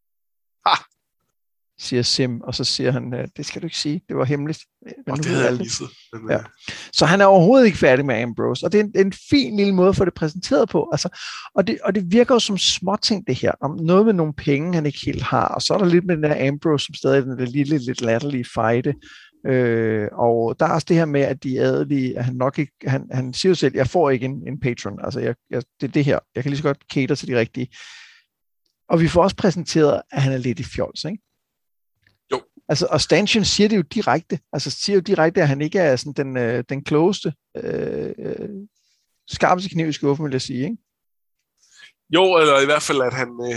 Speaker 1: Siger Sim, og så siger han, det skal du ikke sige, det var hemmeligt. Men
Speaker 2: det havde jeg misset.
Speaker 1: Ja. Så han er overhovedet ikke færdig med Ambrose, og det er en fin lille måde at få det præsenteret på. Altså, og det virker jo som småting det her, om noget med nogle penge, han ikke helt har, og så er der lidt med den der Ambrose, som stadig er den der lille, lidt latterlige fejde. Og der er også det her med, at de adelige, at han nok ikke, han siger jo selv, jeg får ikke en patron, altså det er det her, jeg kan lige så godt cater til de rigtige. Og vi får også præsenteret, at han er lidt i fjols, ikke?
Speaker 2: Jo.
Speaker 1: Altså, og Stanchion siger det jo direkte, at han ikke er sådan den klogeste, skarpeste kniv i skuffen, vil jeg sige, ikke?
Speaker 2: Jo, eller i hvert fald, at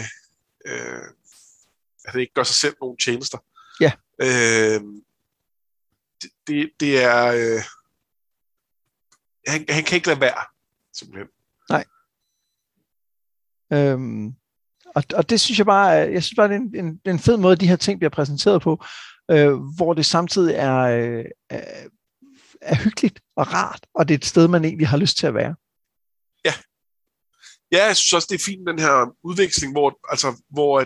Speaker 2: han ikke gør sig selv nogle tjenester.
Speaker 1: Ja.
Speaker 2: Det er... Han kan ikke lade være, simpelthen.
Speaker 1: Nej. Og det synes jeg bare, det er en fed måde, de her ting bliver præsenteret på, hvor det samtidig er hyggeligt og rart, og det er et sted, man egentlig har lyst til at være.
Speaker 2: Ja. Ja, jeg synes også, det er fint, den her udveksling, hvor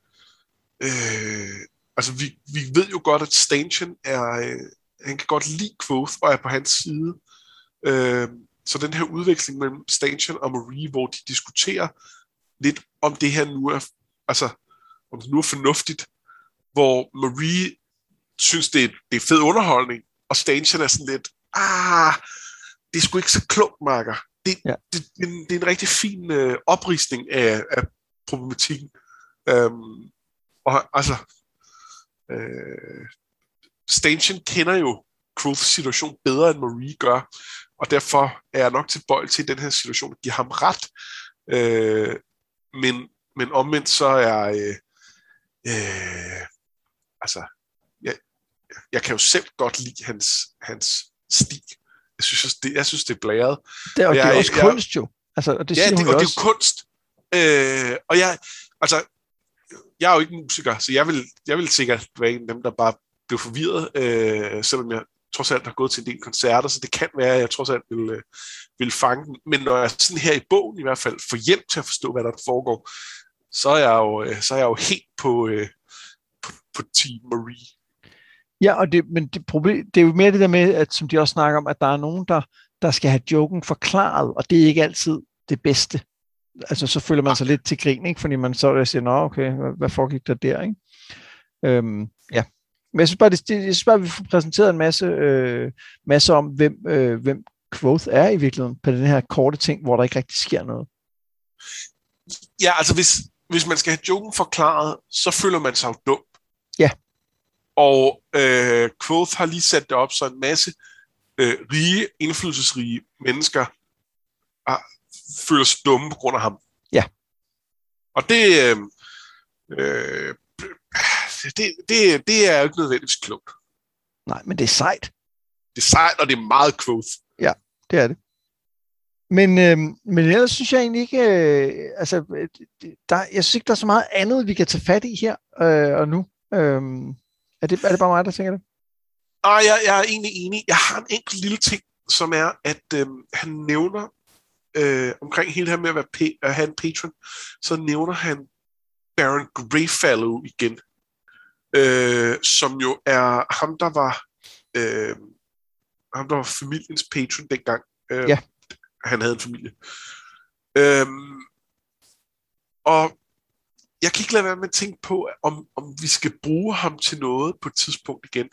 Speaker 2: vi ved jo godt, at Stanchion han kan godt lide Quoth og er på hans side. Så den her udveksling mellem Stanchion og Marie, hvor de diskuterer lidt om det her nu er, om det nu er fornuftigt, hvor Marie synes, det er fed underholdning, og Stanchion er sådan lidt, det er sgu ikke så klogt, Marker. det er en rigtig fin opridsning af problematikken. Og altså, Stanchion kender jo Quoths situation bedre, end Marie gør, og derfor er jeg nok tilbøjelig til i den her situation at give ham ret. Men omvendt så er altså, jeg kan jo selv godt lide hans stil. Jeg synes, det er blæret.
Speaker 1: Det er også kunst jo. Altså, og det siger hun
Speaker 2: og
Speaker 1: også.
Speaker 2: Det er jo kunst. Og jeg er jo ikke musiker, så jeg vil sikkert være en af dem, der bare blev forvirret, selvom jeg trods alt har gået til en del koncerter, så det kan være, at jeg trods alt vil fange den. Men når jeg sådan her i bogen i hvert fald får hjælp til at forstå, hvad der foregår, så er jeg jo helt på Team Marie.
Speaker 1: Ja, men det er jo mere det der med, at som de også snakker om, at der er nogen, der skal have joken forklaret, og det er ikke altid det bedste. Altså, så føler man sig lidt til grin, ikke? Fordi man så siger, nå, okay, hvad foregik der der, ikke? Ja. Men jeg synes bare, at vi får præsenteret en masse om, hvem Quoth er i virkeligheden, på den her korte ting, hvor der ikke rigtig sker noget.
Speaker 2: Ja, altså hvis man skal have joken forklaret, så føler man sig jo dum.
Speaker 1: Ja.
Speaker 2: Og Quoth har lige sat det op, så en masse rige, indflydelsesrige mennesker føler sig dumme på grund af ham.
Speaker 1: Ja.
Speaker 2: Og det er jo ikke nødvendigvis klogt.
Speaker 1: Nej, men det er sejt.
Speaker 2: Det er sejt, og det er meget Quoth.
Speaker 1: Ja, det er det. Men ellers synes jeg egentlig ikke, jeg synes ikke, der er så meget andet, vi kan tage fat i her og nu. Er det bare mig, der tænker det?
Speaker 2: Nej, jeg er egentlig enig. Jeg har en enkelt lille ting, som er, at han nævner omkring hele det her med at have en patron, så nævner han Baron Greyfellow igen, som jo er ham, der var familiens patron dengang.
Speaker 1: Ja.
Speaker 2: Han havde en familie. Og jeg kan ikke lade være med at tænke på, om vi skal bruge ham til noget på et tidspunkt igen.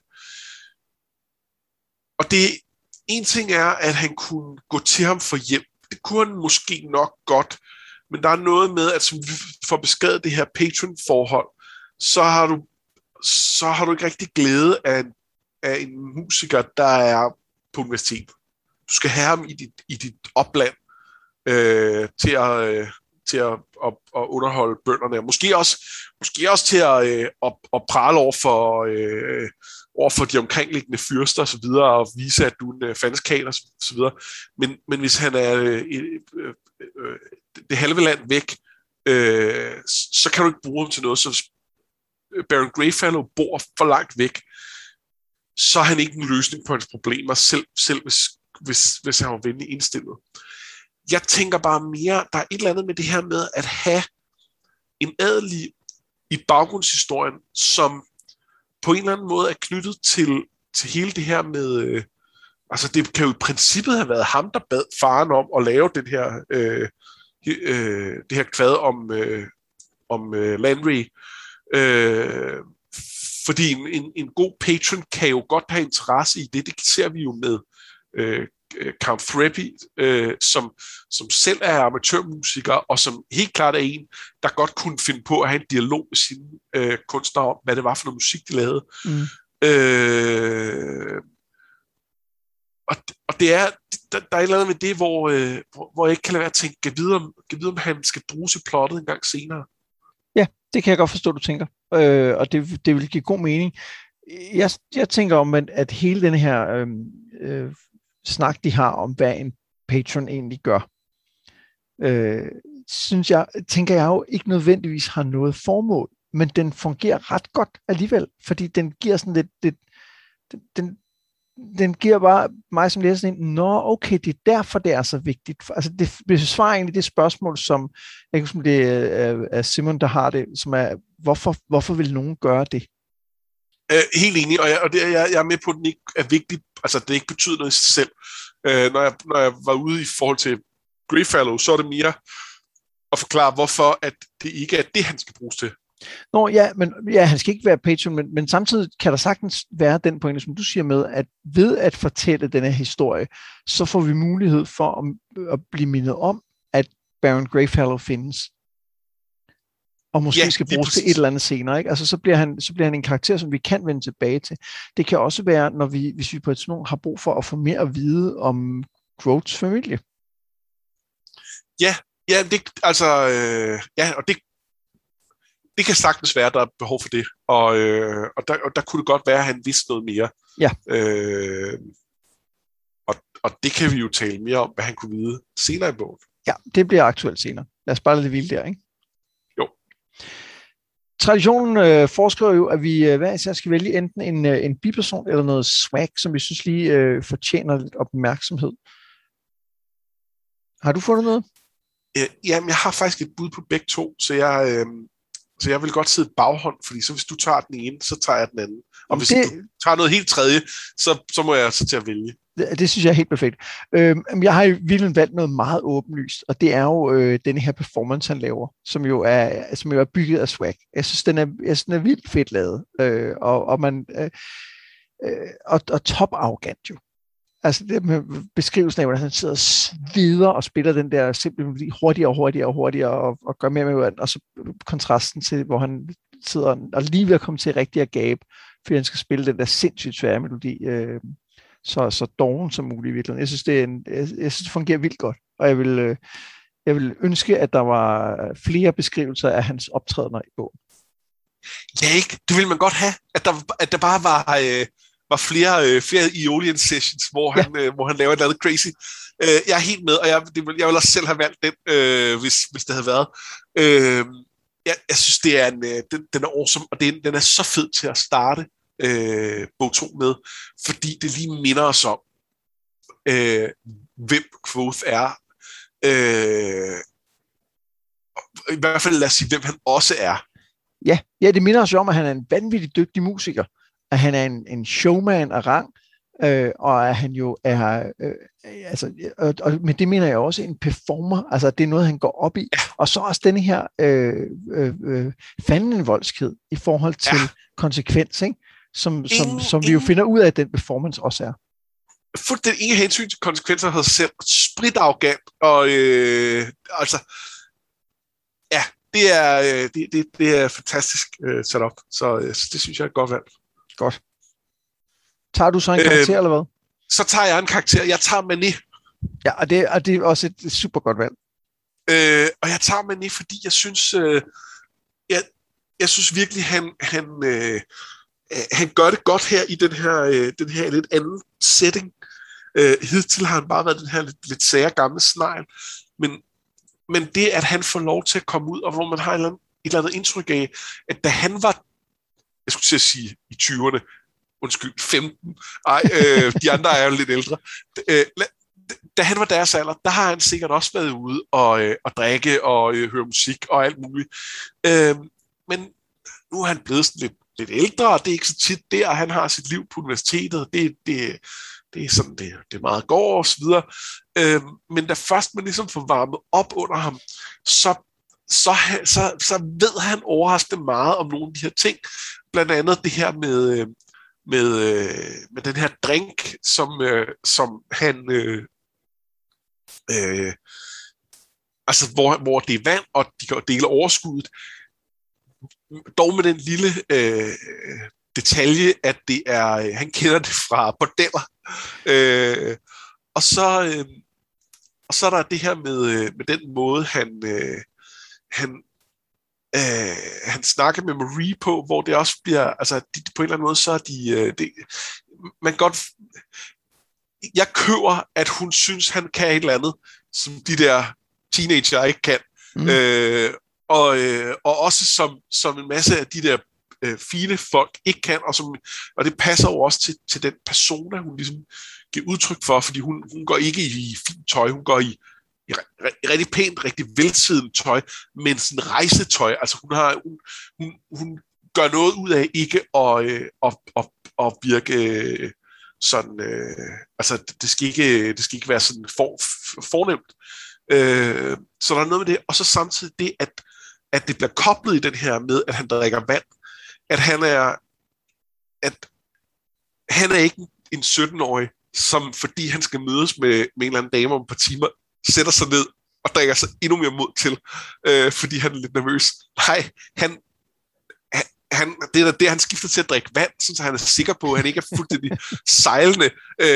Speaker 2: Og en ting er, at han kunne gå til ham for hjælp. Det kunne han måske nok godt, men der er noget med, at som vi får beskrevet det her patron-forhold, så har du ikke rigtig glæde af en musiker, der er på universitet. Du skal have ham i dit opland til at underholde bønderne. Måske også til at prale over for de omkringliggende fyrster og så videre, og vise, at du er en fanskal og så videre. Men hvis han er det halve land væk, så kan du ikke bruge ham til noget. Så Baron Greyfellow bor for langt væk, så er han ikke en løsning på hans problemer, selv hvis han var venlig indstillet. Jeg tænker bare mere, der er et eller andet med det her med at have en adelig i baggrundshistorien, som på en eller anden måde er knyttet til hele det her med, altså det kan jo i princippet have været ham, der bad faren om at lave det her kvad om Landry. Fordi en god patron kan jo godt have interesse i det. Det ser vi jo med Count Threppy, som selv er amatørmusiker, og som helt klart er en, der godt kunne finde på at have en dialog med sine kunstnere om, hvad det var for noget musik, de lavede. Og det er, der er et eller andet med det, hvor jeg ikke kan lade være at tænke, kan vide, om han skal bruges i plottet en gang senere.
Speaker 1: Ja, det kan jeg godt forstå, du tænker. Og det vil give god mening. Jeg tænker om, at hele den her snak, de har om, hvad en patron egentlig gør, tænker jeg jo ikke nødvendigvis har noget formål, men den fungerer ret godt alligevel, fordi den giver sådan lidt den giver bare mig som læser sådan en, okay, det er derfor, det er så vigtigt. Altså, det besvarer egentlig det spørgsmål, som, jeg kan huske, det er Simon, der har det, som er, hvorfor vil nogen gøre det?
Speaker 2: Helt enig, og jeg er med på, at den ikke er vigtigt, altså det ikke betyder noget i sig selv. Når jeg var ude i forhold til Greyfellow, så er det mere at forklare, hvorfor at det ikke er det, han skal bruges til.
Speaker 1: Nå ja, men ja, han skal ikke være Patreon, men samtidig kan der sagtens være den pointe, som du siger med, at ved at fortælle denne historie, så får vi mulighed for at blive mindet om, at Baron Greyfallow findes. Og måske skal bruges til et eller andet senere, ikke? Altså så bliver han en karakter, som vi kan vende tilbage til. Det kan også være, hvis vi på et tidspunkt har brug for at få mere at vide om Groats familie.
Speaker 2: Ja, og det kan sagtens være, at der er behov for det. Og der kunne det godt være, at han vidste noget mere.
Speaker 1: Ja.
Speaker 2: Og det kan vi jo tale mere om, hvad han kunne vide senere i bogen.
Speaker 1: Ja, det bliver aktuelt senere. Lad os bare lade det vildt der, ikke?
Speaker 2: Jo.
Speaker 1: Traditionen foreskriver jo, at vi hver især skal vælge enten en biperson eller noget swag, som vi synes lige fortjener lidt opmærksomhed. Har du fundet noget?
Speaker 2: Jamen, jeg har faktisk et bud på begge to, så jeg vil godt sidde baghånd, fordi så hvis du tager den ene, så tager jeg den anden. Og hvis du tager noget helt tredje, så må jeg så til at vælge.
Speaker 1: Det synes jeg er helt perfekt. Jeg har i virkeligheden valgt noget meget åbenlyst, og det er jo denne her performance, han laver, som jo er bygget af swag. Jeg synes, den er vildt fedt lavet, og top arrogant jo. Altså det med beskrivelsen af, hvordan han sidder og sveder og spiller den der simpelthen hurtigere og gør mere med, og så kontrasten til, hvor han sidder og lige ved at komme til rigtig at gabe, fordi han skal spille den der sindssygt svære melodi, så doven som muligt i virkeligheden. Jeg synes, det fungerer vildt godt, og jeg vil ønske, at der var flere beskrivelser af hans optrædener i bogen.
Speaker 2: Ja, ikke? Det ville man godt have, at der bare var flere Eolian sessions, hvor han laver et eller andet crazy. Jeg er helt med, og jeg ville også selv have valgt den, hvis det havde været. Jeg synes, den er awesome, og den er så fed til at starte bog 2 med, fordi det lige minder os om, hvem Kvothe er. I hvert fald lad os sige, hvem han også er.
Speaker 1: Ja, det minder os jo om, at han er en vanvittig dygtig musiker, at han er en showman af rang, og at han jo er, men det mener jeg også en performer, altså det er noget, han går op i, og så også denne her fandenvoldskhed i forhold til konsekvens, ikke? Som vi jo finder ud af, at den performance også er.
Speaker 2: Fuldstændig ingen hensyn til konsekvenser havde selv spritarrogant, og det er fantastisk setup, så det synes jeg er et godt valg.
Speaker 1: Godt. Tager du så en karakter, eller hvad?
Speaker 2: Så tager jeg en karakter. Jeg tager Mané.
Speaker 1: Ja, og det er også et super godt valg.
Speaker 2: Og jeg tager Mané, fordi jeg synes, jeg synes virkelig, han gør det godt her i den her lidt anden setting. Hidtil har han bare været den her lidt sære gamle snegl, men det, at han får lov til at komme ud, og hvor man har et eller andet indtryk af, at da han var, jeg skulle til at sige i 20'erne, 15, de andre er jo lidt ældre, da han var deres alder, der har han sikkert også været ude og drikke og høre musik og alt muligt. Men nu er han blevet sådan lidt ældre, og det er ikke så tit der, han har sit liv på universitetet. Det er sådan, det er meget går og så videre. Men da først man ligesom får varmet op under ham, så ved han overraskende meget om nogle af de her ting. Blandt andet det her med den her drink, som han altså hvor det er vand, og de kan dele overskuddet. Dog med den lille detalje, at det er, han kender det fra bordeller. Og så er der det her med den måde, han snakker med Marie på, hvor det også bliver, altså på en eller anden måde, så er man godt, jeg køber, at hun synes, han kan et eller andet, som de der teenager ikke kan. Og også som en masse af de der fine folk ikke kan, og det passer jo også til den persona, hun ligesom giver udtryk for, fordi hun går ikke i fint tøj, hun går i rigtig pænt, rigtig velsiddende tøj, men sådan rejsetøj, altså hun gør noget ud af ikke at virke sådan, altså det skal ikke være sådan fornemt. Så der er noget med det, og så samtidig det, at at det bliver koblet i den her med, at han drikker vand. At han er ikke en 17-årig, som fordi han skal mødes med en eller anden dame om et par timer, sætter sig ned og drikker sig endnu mere mod til, fordi han er lidt nervøs. Nej, det er det, han skifter til at drikke vand, så han er sikker på, at han ikke er fuldstændig sejlende,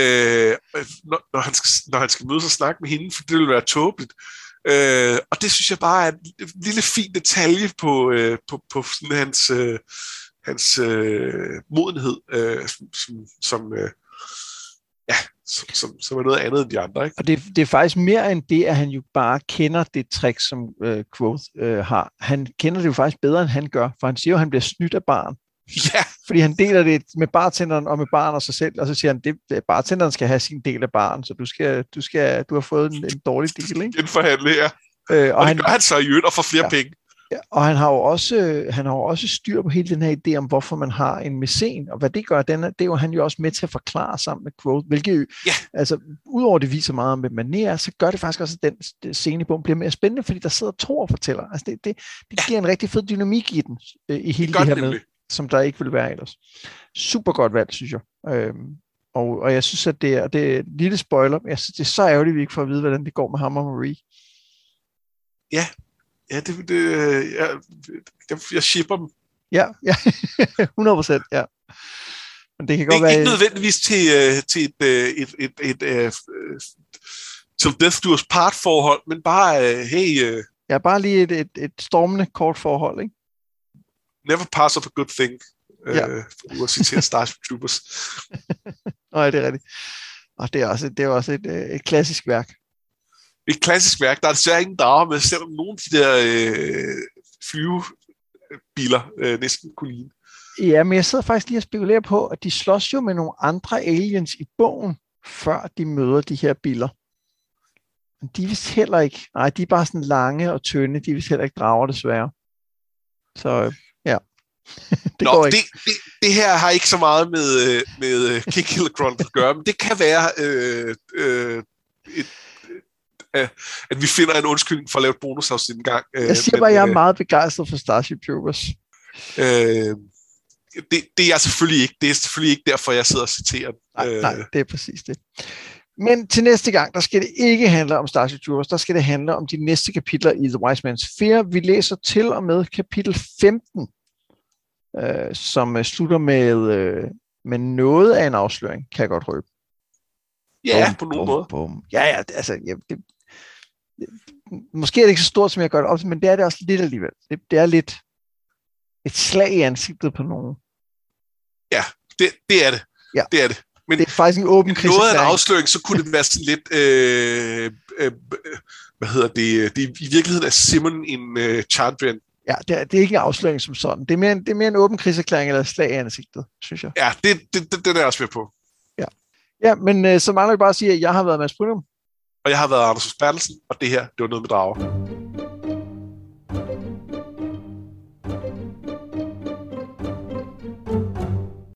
Speaker 2: når han skal mødes og snakke med hende, for det vil være tåbeligt. Og det synes jeg bare er en lille fin detalje på sådan hans modenhed, som er noget andet end de andre. Ikke?
Speaker 1: Og det er faktisk mere end det, at han jo bare kender det trick, som Quoth har. Han kender det jo faktisk bedre, end han gør, for han siger jo, at han bliver snydt af barn.
Speaker 2: Ja.
Speaker 1: Fordi han deler det med bartenderen og med barn og sig selv, og så siger han, at bartenderen skal have sin del af barn, så du har fået en dårlig deal, ikke?
Speaker 2: Genforhandle, ja. Og det gør han så i øvrigt og får flere penge.
Speaker 1: Ja, og han har jo også styr på hele den her idé om, hvorfor man har en mæcen, og hvad det gør, det er jo han jo også med til at forklare sammen med Quoth, hvilket altså, udover det viser meget om, hvad man er, så gør det faktisk også, at den scene i bogen bliver mere spændende, fordi der sidder to og fortæller. Altså, det giver en rigtig fed dynamik i den, i hele det her med, som der ikke ville være ellers. Super godt valg, synes jeg. Og jeg synes, at det er et lille spoiler, men jeg synes, det er så ærgerligt, at vi ikke får at vide, hvordan det går med ham og Marie.
Speaker 2: Ja. Ja, jeg shipper dem.
Speaker 1: Ja, 100%, ja. Men det kan godt være...
Speaker 2: Ikke nødvendigvis til et Till Death Do Us Part forhold, men bare, hey...
Speaker 1: Ja, bare lige et stormende kort forhold, ikke?
Speaker 2: Never pass of a good thing, for nu at citere Starship Troopers.
Speaker 1: Nej, det er rigtigt. Og det er også et klassisk værk.
Speaker 2: Et klassisk værk. Der er desværre ingen drager med, selvom nogle af de der flyvebiler næsten kunne ligne.
Speaker 1: Ja, men jeg sidder faktisk lige og spekulerer på, at de slås jo med nogle andre aliens i bogen, før de møder de her biler. Men de er vist heller ikke... Nej, de er bare sådan lange og tynde. De er vist heller ikke drager, desværre. Så ja.
Speaker 2: Går ikke. Det her har ikke så meget med Kill at gøre, men det kan være at vi finder en undskyldning for at lave et bonusafsnit en gang.
Speaker 1: Jeg siger bare, at jeg er meget begejstret for Starship Troopers.
Speaker 2: Det er jeg selvfølgelig ikke. Det er selvfølgelig ikke derfor, jeg sidder og citerer den.
Speaker 1: Nej, det er præcis det. Men til næste gang, der skal det ikke handle om Starship Troopers, der skal det handle om de næste kapitler i The Wise Man's Fear. Vi læser til og med kapitel 15, som slutter med noget af en afsløring, kan jeg godt røbe.
Speaker 2: Ja, på nogen måde.
Speaker 1: Ja, altså... Måske er det ikke så stort, som jeg gør det op, men det er det også lidt alligevel. Det er lidt et slag i ansigtet på nogen. Ja,
Speaker 2: det er det. Ja. Det er det. Men
Speaker 1: det er faktisk en åben kriserklæring.
Speaker 2: Noget af en afsløring, så kunne det være sådan lidt, hvad hedder det, det i virkeligheden er Simon en Chandrian.
Speaker 1: Ja, det er ikke en afsløring som sådan. Det er mere en åben kriserklæring eller et slag i ansigtet, synes jeg.
Speaker 2: Ja, det er jeg også med på.
Speaker 1: Ja, men så mangler vi bare at sige, at jeg har været Mads Brynum.
Speaker 2: Og jeg har været Anders Bertelsen, og det her, det var noget med drager.